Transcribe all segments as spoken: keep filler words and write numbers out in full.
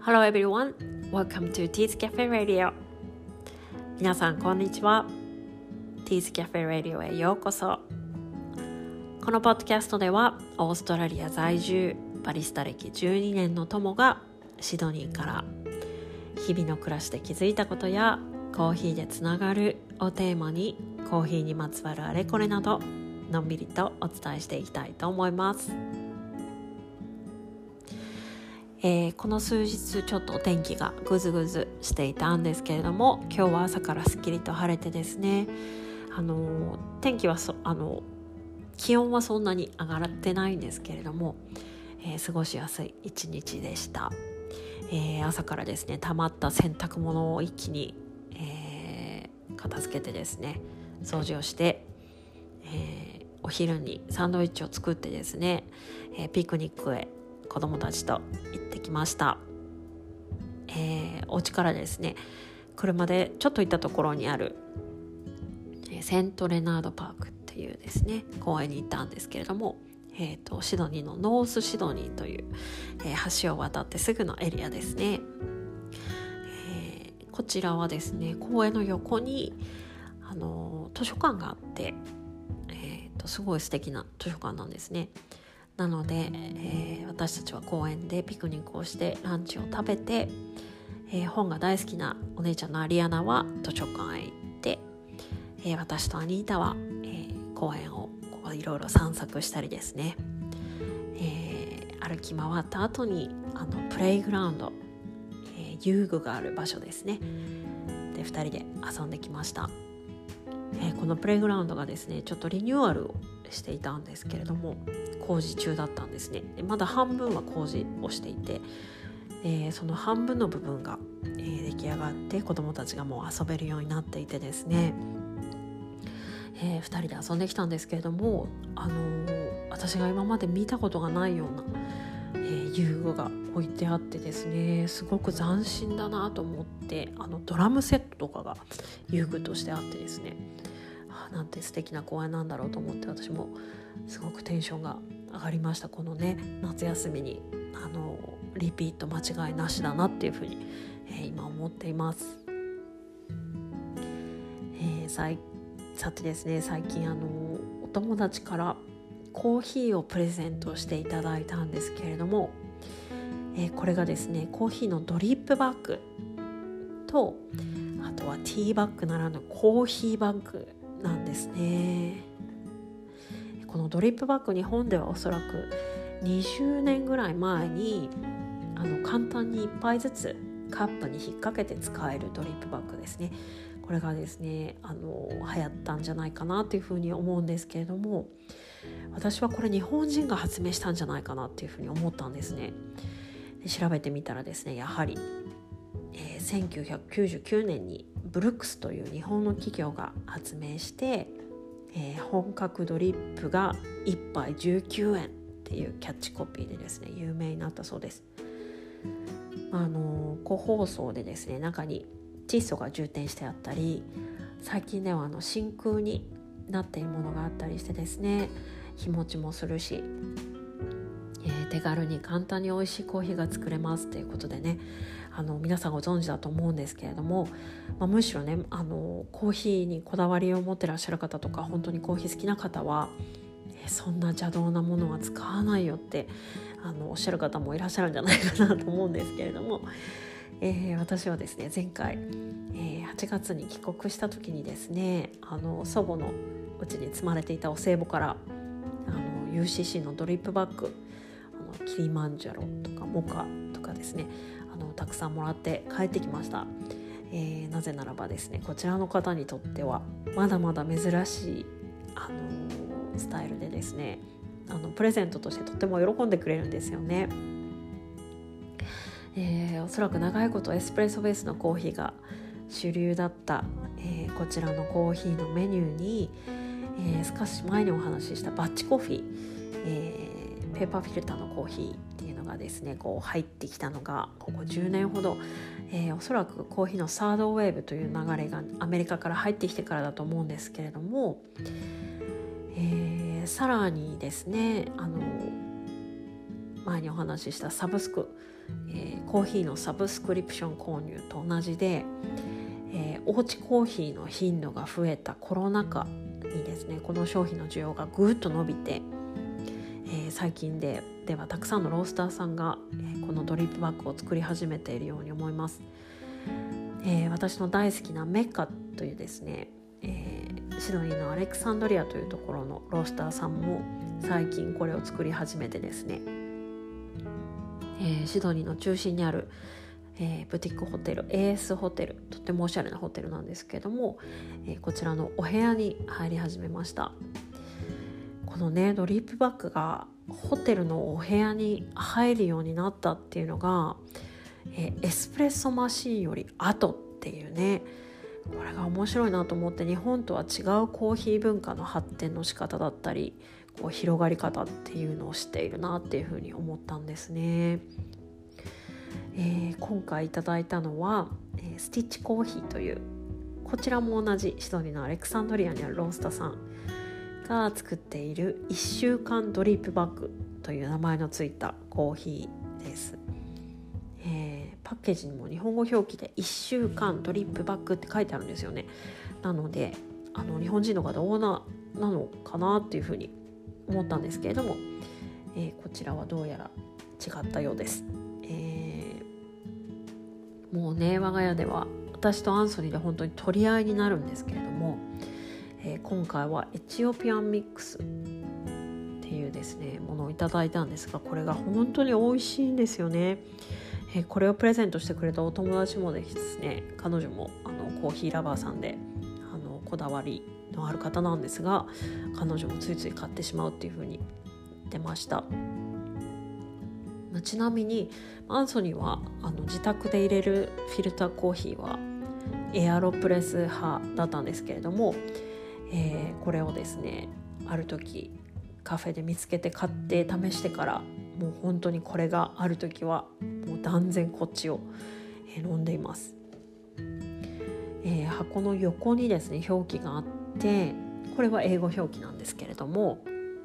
Hello everyone, welcome to Tea's Cafe Radio。 皆さんこんにちは。 Tea's Cafe Radio へようこそ。このポッドキャストではオーストラリア在住バリスタ歴じゅうにねんの友がシドニーから日々の暮らしで気づいたことやコーヒーでつながるをテーマにコーヒーにまつわるあれこれなどのんびりとお伝えしていきたいと思います。えー、この数日ちょっとお天気がぐずぐずしていたんですけれども、今日は朝からすっきりと晴れてですね、あの天気はそあの気温はそんなに上がってないんですけれども、えー、過ごしやすい一日でした。えー、朝からですね溜まった洗濯物を一気に、えー、片付けてですね掃除をして、えー、お昼にサンドイッチを作ってですね、えー、ピクニックへ子供たちと行ってきました。えー、お家からですね車でちょっと行ったところにある、えー、セントレナードパークっていうですね公園に行ったんですけれども、えーと、シドニーのノースシドニーという、えー、橋を渡ってすぐのエリアですね。えー、こちらはですね公園の横にあの図書館があって、えーと、すごい素敵な図書館なんですね。なので、えー、私たちは公園でピクニックをしてランチを食べて、えー、本が大好きなお姉ちゃんのアリアナは図書館へ行って、えー、私とアニータは、えー、公園をこういろいろ散策したりですね、えー、歩き回った後にあのプレイグラウンド、えー、遊具がある場所ですねでふたりで遊んできました。えー、このプレイグラウンドがですねちょっとリニューアルをしていたんですけれども工事中だったんですね。でまだ半分は工事をしていて、えー、その半分の部分が、えー、出来上がって子どもたちがもう遊べるようになっていてですね、えー、ふたりで遊んできたんですけれども、あのー、私が今まで見たことがないような、えー、遊具が置いてあってですねすごく斬新だなと思って、あのドラムセットとかが遊具としてあってですね、なんて素敵な公園なんだろうと思って私もすごくテンションが上がりました。このね夏休みにあのリピート間違いなしだなっていうふうに、えー、今思っています。えー、さ, いさてですね最近あのお友達からコーヒーをプレゼントしていただいたんですけれども、えー、これがですねコーヒーのドリップバッグとあとはティーバッグならぬコーヒーバッグなんですね。このドリップバッグ日本ではおそらくにじゅうねんぐらい前にあの簡単にいっぱいずつカップに引っ掛けて使えるドリップバッグですね。これがですねあの流行ったんじゃないかなというふうに思うんですけれども、私はこれ日本人が発明したんじゃないかなっていうふうに思ったんですね。で調べてみたらですねやはり、えー、せんきゅうひゃくきゅうじゅうきゅうねんにブルックスという日本の企業が発明して、えー、本格ドリップがいっぱいじゅうきゅうえんっていうキャッチコピーでですね有名になったそうです。あの個包装でですね中に窒素が充填してあったり、最近ではあの真空になっているものがあったりしてですね日持ちもするし、えー、手軽に簡単に美味しいコーヒーが作れますということでねあの皆さんご存知だと思うんですけれども、まあ、むしろねあのコーヒーにこだわりを持ってらっしゃる方とか本当にコーヒー好きな方は、えー、そんな邪道なものは使わないよってあのおっしゃる方もいらっしゃるんじゃないかなと思うんですけれども、えー、私はですね前回、えー、はちがつに帰国した時にですねあの祖母のうちに積まれていたお歳暮からあの ユーシーシー のドリップバッグあのキリマンジャロとかモカとかですねあのたくさんもらって帰ってきました。えー、なぜならばですねこちらの方にとってはまだまだ珍しい、あのー、スタイルでですねあのプレゼントとしてとっても喜んでくれるんですよね。えー、おそらく長いことエスプレッソベースのコーヒーが主流だった、えー、こちらのコーヒーのメニューに、えー、少し前にお話ししたバッチコーヒー、えー、ペーパーフィルターのコーヒーっていうのがですねこう入ってきたのがここじゅうねんほど、えー、おそらくコーヒーのサードウェーブという流れがアメリカから入ってきてからだと思うんですけれども、えー、さらにですねあの前にお話ししたサブスク、えー、コーヒーのサブスクリプション購入と同じで、えー、おうちコーヒーの頻度が増えたコロナ禍にですね、この商品の需要がぐっと伸びて、えー、最近でではたくさんのロースターさんが、えー、このドリップバッグを作り始めているように思います。えー、私の大好きなメッカというですね、えー、シドニーのアレクサンドリアというところのロースターさんも最近これを作り始めてですね、えー、シドニーの中心にある、えー、ブティックホテル エーエス ホテル、とてもおしゃれなホテルなんですけども、えー、こちらのお部屋に入り始めました。このねドリップバッグがホテルのお部屋に入るようになったっていうのが、えー、エスプレッソマシーンより後っていうね、これが面白いなと思って、日本とは違うコーヒー文化の発展の仕方だったり、こう広がり方っていうのを知っているなっていうふうに思ったんですね。えー、今回いただいたのは、えー、スティッチコーヒーという、こちらも同じシドニーのアレクサンドリアにあるロースターさんが作っているいっしゅうかんドリップバッグという名前のついたコーヒーです。えー、パッケージにも日本語表記でいっしゅうかんドリップバッグって書いてあるんですよね。なのであの日本人の方どうな、なのかなっていうふうに思ったんですけれども、えー、こちらはどうやら違ったようです。えー、もうね我が家では私とアンソニーで本当に取り合いになるんですけれども、えー、今回はエチオピアンミックスっていうですねものをいただいたんですが、これが本当に美味しいんですよね。えー、これをプレゼントしてくれたお友達もですね、彼女もあのコーヒーラバーさんであのこだわりのある方なんですが、彼女もついつい買ってしまうっていう風に言ってました。ちなみにアンソニーはあの自宅で入れるフィルターコーヒーはエアロプレス派だったんですけれども、えー、これをですねある時カフェで見つけて買って試してから、もう本当にこれがある時はもう断然こっちを飲んでいます。えー、箱の横にですね表記があって、これは英語表記なんですけれども、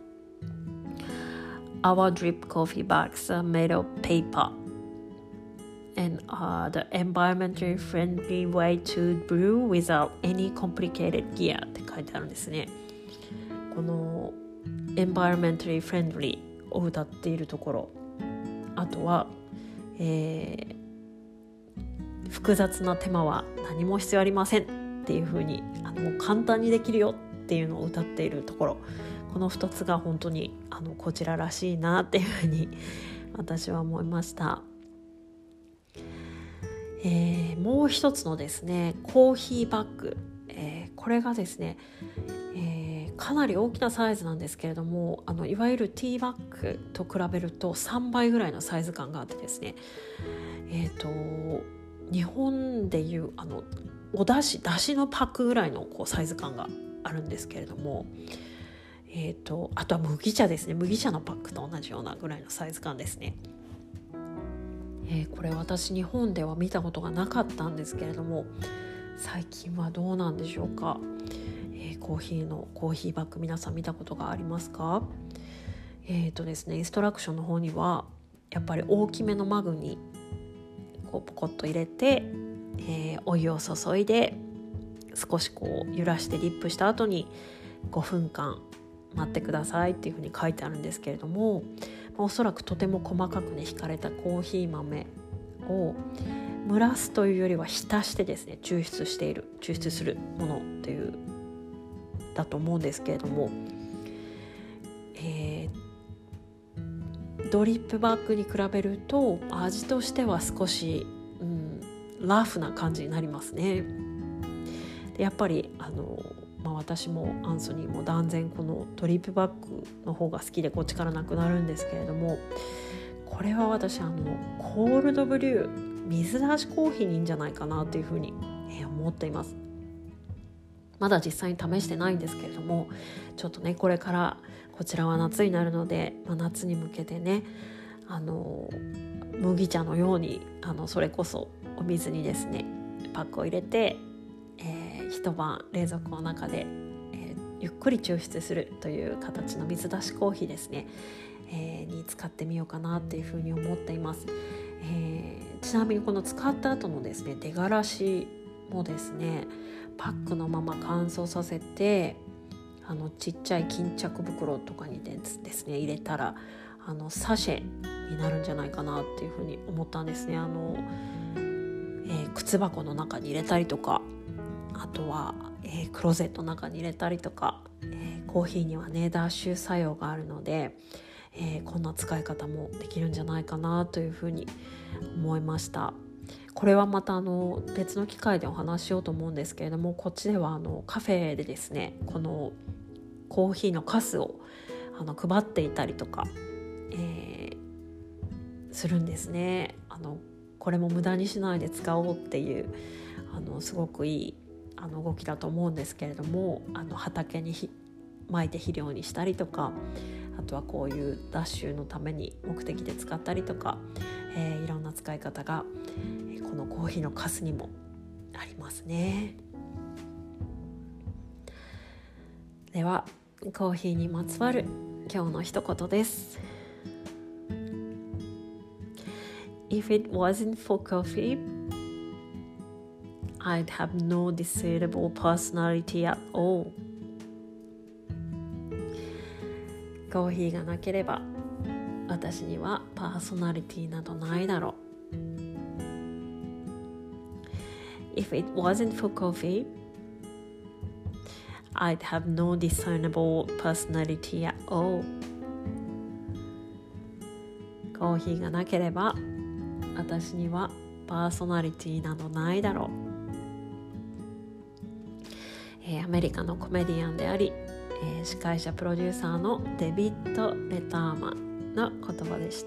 Our drip coffee bags are made of paper and are the environmentally friendly way to brew without any complicated gear って書いてあるんですね。この environmentally friendly を歌っているところ、あとは、えー、複雑な手間は何も必要ありませんっていう風にあのもう簡単にできるよっていうのを歌っているところ、このふたつが本当にあのこちららしいなっていう風に私は思いました。えー、もう一つのですねコーヒーバッグ、えー、これがですね、えー、かなり大きなサイズなんですけれども、あのいわゆるティーバッグと比べるとさんばいぐらいのサイズ感があってですね、えーと日本でいうあのおだしだしのパックぐらいのこうサイズ感があるんですけれども、えーとあとは麦茶ですね、麦茶のパックと同じようなぐらいのサイズ感ですね。えー、これ私日本では見たことがなかったんですけれども、最近はどうなんでしょうか。えー、コーヒーのコーヒーバッグ皆さん見たことがありますか。えーとですねインストラクションの方にはやっぱり大きめのマグにこうポコッと入れて、えー、お湯を注いで少しこう揺らしてディップした後にごふんかん待ってくださいっていうふうに書いてあるんですけれども、おそらくとても細かくねひかれたコーヒー豆を蒸らすというよりは浸してですね抽出している抽出するものというだと思うんですけれども、えー、ドリップバッグに比べると味としては少し、うん、ラフな感じになりますね。でやっぱりあのまあ、私もアンソニーも断然このドリップバッグの方が好きでこっちからなくなるんですけれども、これは私あのコールドブリュー水出しコーヒーにいいんじゃないかなというふうに、えー、思っています。まだ実際に試してないんですけれども、ちょっとねこれからこちらは夏になるので、まあ、夏に向けてねあの麦茶のようにあのそれこそお水にですねパックを入れて、えー、一晩冷蔵庫の中で、えー、ゆっくり抽出するという形の水出しコーヒーですね、 えー、に使ってみようかなっていうふうに思っています。えー、ちなみにこの使った後のですね出がらしもですねパックのまま乾燥させてあのちっちゃい巾着袋とかにですね入れたらあのサシェになるんじゃないかなっていうふうに思ったんですね。あの、えー、靴箱の中に入れたりとか、あとは、えー、クローゼットの中に入れたりとか、えー、コーヒーにはね脱臭作用があるので、えー、こんな使い方もできるんじゃないかなというふうに思いました。これはまたあの別の機会でお話ししようと思うんですけれども、こっちではあのカフェでですねこのコーヒーのカスをあの配っていたりとか、えー、するんですね。あのこれも無駄にしないで使おうっていうあのすごくいいあの動きだと思うんですけれども、あの畑に撒いて肥料にしたりとか、あとはこういう脱臭のために目的で使ったりとか、えー、いろんな使い方がこのコーヒーのカスにもありますね。ではコーヒーにまつわる今日の一言です。 If it wasn't for coffee, I'd have no discernible personality at all. コーヒーがなければ私にはパーソナリティなどないだろう。 If it wasn't for coffee, I'd have no discernible personality at all. コーヒーがなければ私にはパーソナリティなどないだろう。えー、アメリカのコメディアンであり、えー、司会者プロデューサーのデビッド・レターマンの言葉でした。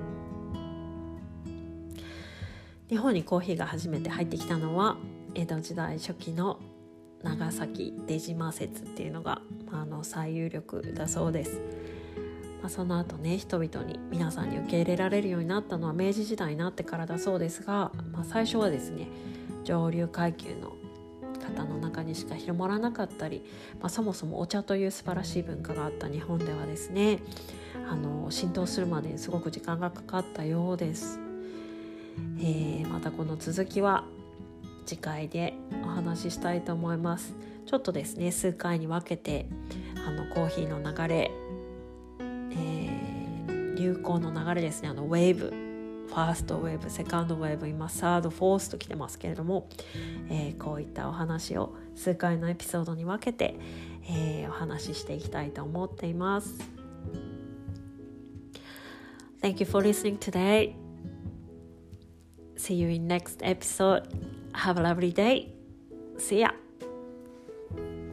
日本にコーヒーが初めて入ってきたのは江戸時代初期の長崎出島説っていうのが、まあ、あの最有力だそうです。まあ、その後ね人々に皆さんに受け入れられるようになったのは明治時代になってからだそうですが、まあ、最初はですね上流階級の方の中にしか広まらなかったり、まあ、そもそもお茶という素晴らしい文化があった日本ではですねあの浸透するまでにすごく時間がかかったようです。えー、またこの続きは次回でお話ししたいと思います。ちょっとですね数回に分けてあのコーヒーの流れ、えー、流行の流れですね、あのウェーブ、ファーストウェーブ、セカンドウェーブ、今サード、フォースと来てますけれども、えー、こういったお話を数回のエピソードに分けて、えー、お話ししていきたいと思っています。 Thank you for listening today. See you in next episode. Have a lovely day. See ya.